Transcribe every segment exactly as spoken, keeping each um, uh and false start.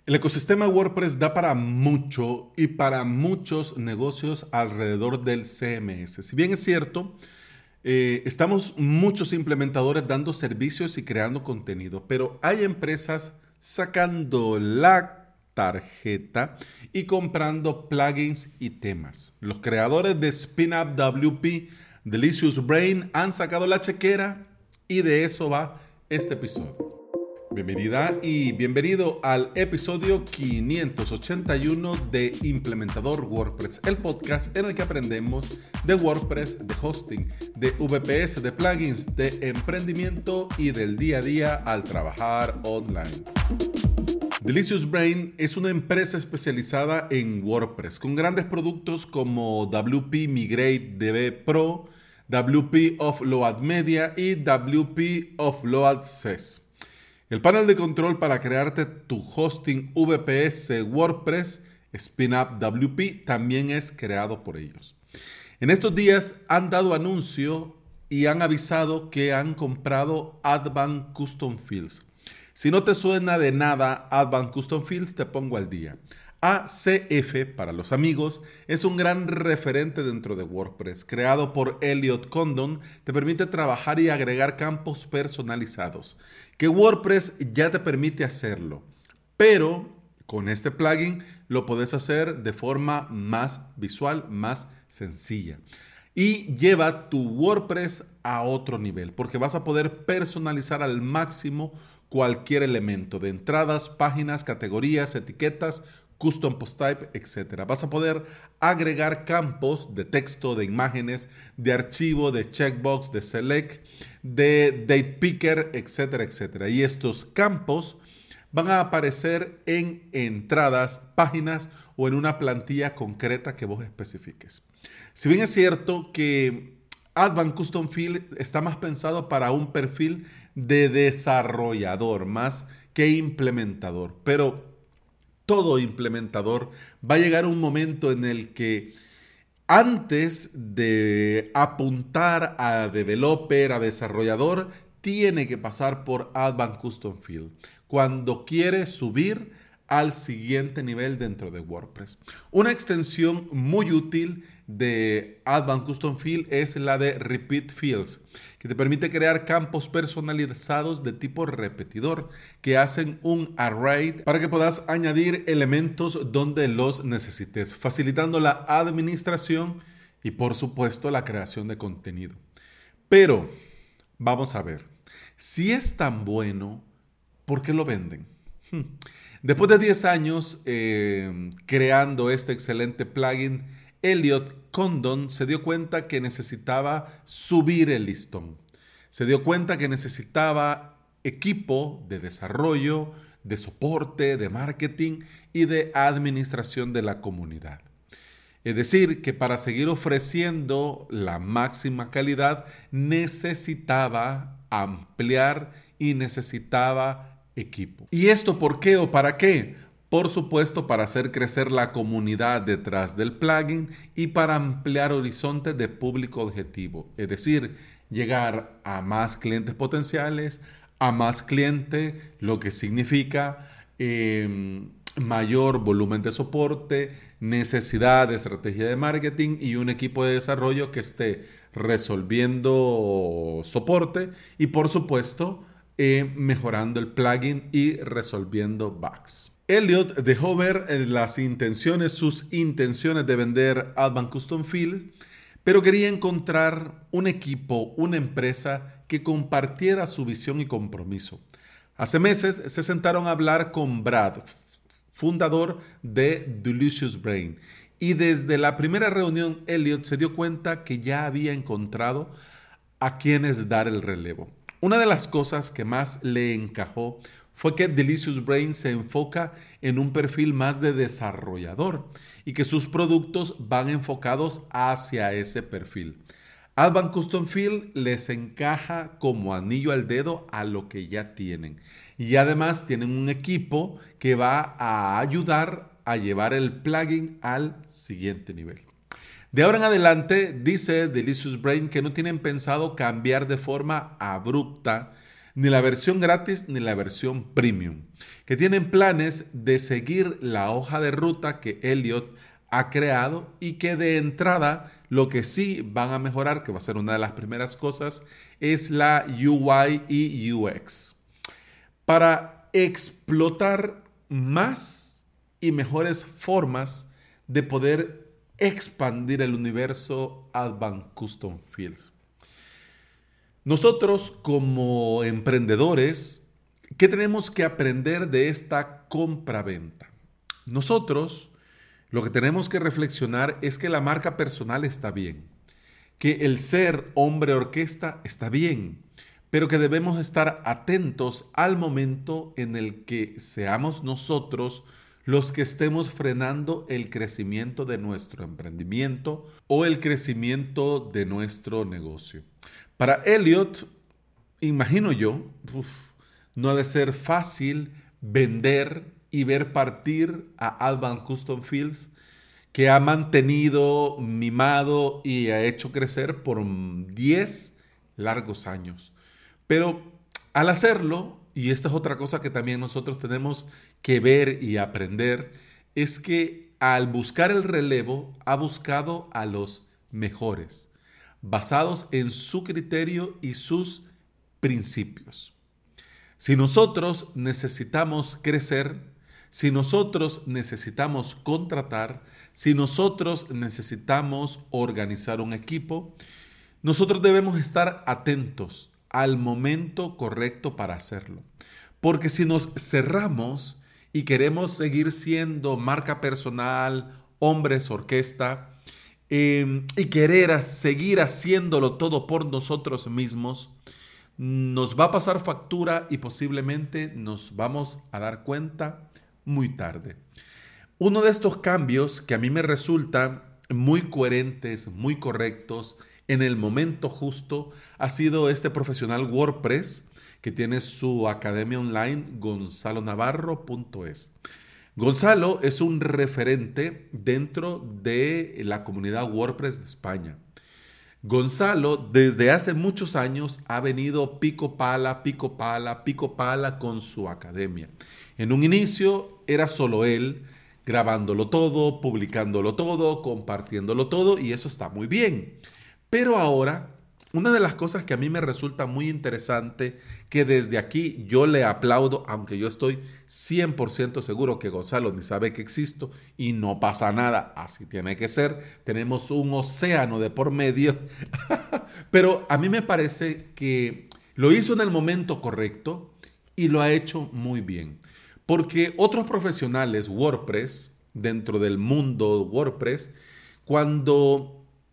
El ecosistema WordPress da para mucho y para muchos negocios alrededor del C M S. Si bien es cierto, eh, estamos muchos implementadores dando servicios y creando contenido, pero hay empresas sacando la tarjeta y comprando plugins y temas. Los creadores de SpinUp W P, Delicious Brain, han sacado la chequera y de eso va este episodio. Bienvenida y bienvenido al episodio quinientos ochenta y uno de Implementador WordPress, el podcast en el que aprendemos de WordPress, de hosting, de V P S, de plugins, de emprendimiento y del día a día al trabajar online. Delicious Brain es una empresa especializada en WordPress con grandes productos como W P Migrate D B Pro, W P Offload Media y W P Offload C E S. El panel de control para crearte tu hosting V P S WordPress, SpinUp W P, también es creado por ellos. En estos días han dado anuncio y han avisado que han comprado Advanced Custom Fields. Si no te suena de nada Advanced Custom Fields, te pongo al dá. A C F, para los amigos, es un gran referente dentro de WordPress. Creado por Elliot Condon, te permite trabajar y agregar campos personalizados, que WordPress ya te permite hacerlo, pero con este plugin lo puedes hacer de forma más visual, más sencilla. Y lleva tu WordPress a otro nivel, porque vas a poder personalizar al máximo cualquier elemento de entradas, páginas, categorías, etiquetas, custom post type, etcétera. Vas a poder agregar campos de texto, de imágenes, de archivo, de checkbox, de select, de date picker, etcétera, etcétera. Y estos campos van a aparecer en entradas, páginas o en una plantilla concreta que vos especifiques. Si bien es cierto que Advanced Custom Field está más pensado para un perfil de desarrollador más que implementador, pero todo implementador va a llegar un momento en el que antes de apuntar a developer, a desarrollador, tiene que pasar por Advanced Custom Field cuando quiere subir al siguiente nivel dentro de WordPress. Una extensión muy útil de Advanced Custom Field es la de Repeat Fields, que te permite crear campos personalizados de tipo repetidor que hacen un array para que puedas añadir elementos donde los necesites, facilitando la administración y por supuesto la creación de contenido. Pero vamos a ver, si es tan bueno, ¿por qué lo venden? Hmm. Después de diez años eh, creando este excelente plugin, Elliot Condon se dio cuenta que necesitaba subir el listón. Se dio cuenta que necesitaba equipo de desarrollo, de soporte, de marketing y de administración de la comunidad. Es decir, que para seguir ofreciendo la máxima calidad necesitaba ampliar y necesitaba equipo. ¿Y esto por qué o para qué? Por supuesto, para hacer crecer la comunidad detrás del plugin y para ampliar horizontes de público objetivo. Es decir, llegar a más clientes potenciales, a más clientes, lo que significa eh, mayor volumen de soporte, necesidad de estrategia de marketing y un equipo de desarrollo que esté resolviendo soporte y, por supuesto, eh, mejorando el plugin y resolviendo bugs. Elliot dejó ver las intenciones, sus intenciones de vender Advanced Custom Fields, pero quería encontrar un equipo, una empresa que compartiera su visión y compromiso. Hace meses se sentaron a hablar con Brad, fundador de Delicious Brain, y desde la primera reunión Elliot se dio cuenta que ya había encontrado a quienes dar el relevo. Una de las cosas que más le encajó fue que Delicious Brain se enfoca en un perfil más de desarrollador y que sus productos van enfocados hacia ese perfil. Advanced Custom Field les encaja como anillo al dedo a lo que ya tienen. Y además tienen un equipo que va a ayudar a llevar el plugin al siguiente nivel. De ahora en adelante, dice Delicious Brain que no tienen pensado cambiar de forma abrupta ni la versión gratis ni la versión premium, que tienen planes de seguir la hoja de ruta que Elliot ha creado y que de entrada lo que sí van a mejorar, que va a ser una de las primeras cosas, es la U I y U X. Para explotar más y mejores formas de poder expandir el universo Advanced Custom Fields. Nosotros como emprendedores, ¿qué tenemos que aprender de esta compra-venta? Nosotros lo que tenemos que reflexionar es que la marca personal está bien, que el ser hombre orquesta está bien, pero que debemos estar atentos al momento en el que seamos nosotros los que estemos frenando el crecimiento de nuestro emprendimiento o el crecimiento de nuestro negocio. Para Elliot, imagino yo, uf, no ha de ser fácil vender y ver partir a Advanced Custom Fields, que ha mantenido, mimado y ha hecho crecer por diez largos años. Pero al hacerlo, y esta es otra cosa que también nosotros tenemos que ver y aprender, es que al buscar el relevo ha buscado a los mejores, basados en su criterio y sus principios. Si nosotros necesitamos crecer, si nosotros necesitamos contratar, si nosotros necesitamos organizar un equipo, nosotros debemos estar atentos al momento correcto para hacerlo. Porque si nos cerramos y queremos seguir siendo marca personal, hombres orquesta, eh, y querer seguir haciéndolo todo por nosotros mismos, nos va a pasar factura y posiblemente nos vamos a dar cuenta muy tarde. Uno de estos cambios que a mí me resultan muy coherentes, muy correctos, en el momento justo, ha sido este profesional WordPress que tiene su academia online, gonzalo navarro punto es. Gonzalo es un referente dentro de la comunidad WordPress de España. Gonzalo desde hace muchos años ha venido pico pala, pico pala, pico pala con su academia. En un inicio era solo él, grabándolo todo, publicándolo todo, compartiéndolo todo, y eso está muy bien. Pero ahora, una de las cosas que a mí me resulta muy interesante, que desde aquí yo le aplaudo, aunque yo estoy cien por ciento seguro que Gonzalo ni sabe que existo y no pasa nada, así tiene que ser, tenemos un océano de por medio, pero a mí me parece que lo hizo en el momento correcto y lo ha hecho muy bien. Porque otros profesionales WordPress, dentro del mundo WordPress, cuando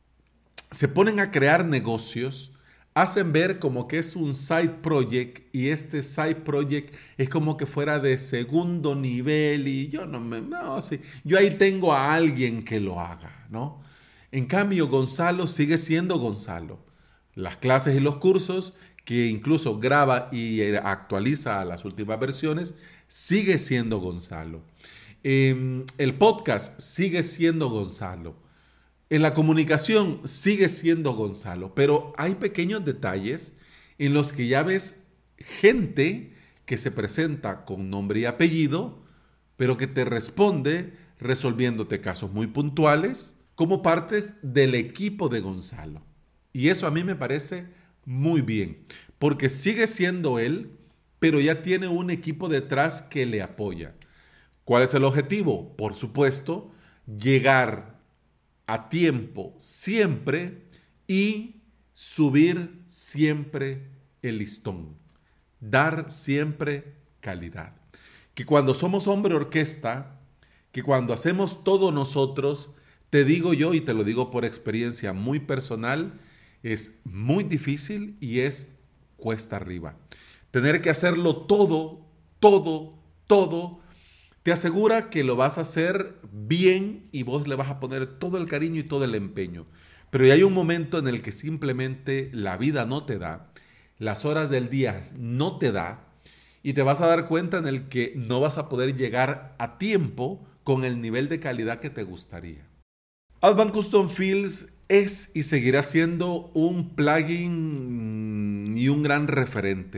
se ponen a crear negocios, hacen ver como que es un side project y este side project es como que fuera de segundo nivel y yo no me... No, sí, yo ahí tengo a alguien que lo haga, ¿no? En cambio, Gonzalo sigue siendo Gonzalo. Las clases y los cursos que incluso graba y actualiza a las últimas versiones, sigue siendo Gonzalo. Eh, el podcast sigue siendo Gonzalo. En la comunicación sigue siendo Gonzalo, pero hay pequeños detalles en los que ya ves gente que se presenta con nombre y apellido, pero que te responde resolviéndote casos muy puntuales como partes del equipo de Gonzalo. Y eso a mí me parece muy bien, porque sigue siendo él, pero ya tiene un equipo detrás que le apoya. ¿Cuál es el objetivo? Por supuesto, llegar a tiempo siempre y subir siempre el listón. Dar siempre calidad. Que cuando somos hombre orquesta, que cuando hacemos todo nosotros, te digo yo y te lo digo por experiencia muy personal, es muy difícil y es cuesta arriba. Tener que hacerlo todo, todo, todo, te asegura que lo vas a hacer bien y vos le vas a poner todo el cariño y todo el empeño. Pero ya hay un momento en el que simplemente la vida no te da, las horas del día no te da y te vas a dar cuenta en el que no vas a poder llegar a tiempo con el nivel de calidad que te gustaría. Advanced Custom Fields es y seguirá siendo un plugin y un gran referente.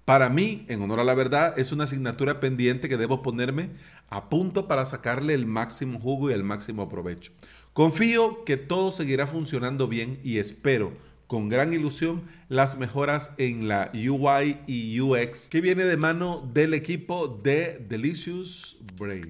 Para mí, en honor a la verdad, es una asignatura pendiente que debo ponerme a punto para sacarle el máximo jugo y el máximo provecho. Confío que todo seguirá funcionando bien y espero, con gran ilusión, las mejoras en la U I y U X que viene de mano del equipo de Delicious Brain.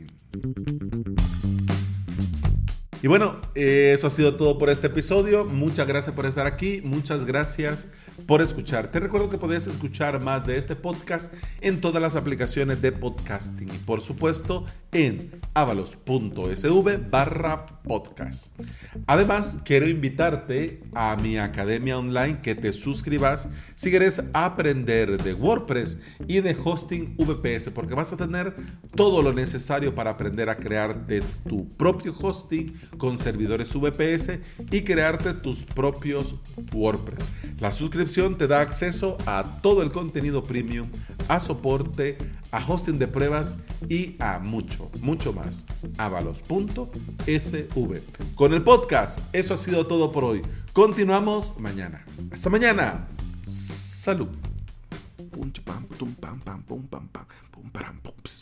Y bueno, eso ha sido todo por este episodio. Muchas gracias por estar aquí. Muchas gracias por escuchar. Te recuerdo que podés escuchar más de este podcast en todas las aplicaciones de podcasting y por supuesto en avalos.sv barra podcast. Además, quiero invitarte a mi academia online, que te suscribas si quieres aprender de WordPress y de hosting V P S, porque vas a tener todo lo necesario para aprender a crearte tu propio hosting con servidores V P S y crearte tus propios WordPress. La suscripción te da acceso a todo el contenido premium, a soporte, a hosting de pruebas y a mucho, mucho más. avalos.sv. Con el podcast, eso ha sido todo por hoy. Continuamos mañana. Hasta mañana. Salud. Pum, pam, pum, pam, pam, pum, pam, pam, pum, pam, pum.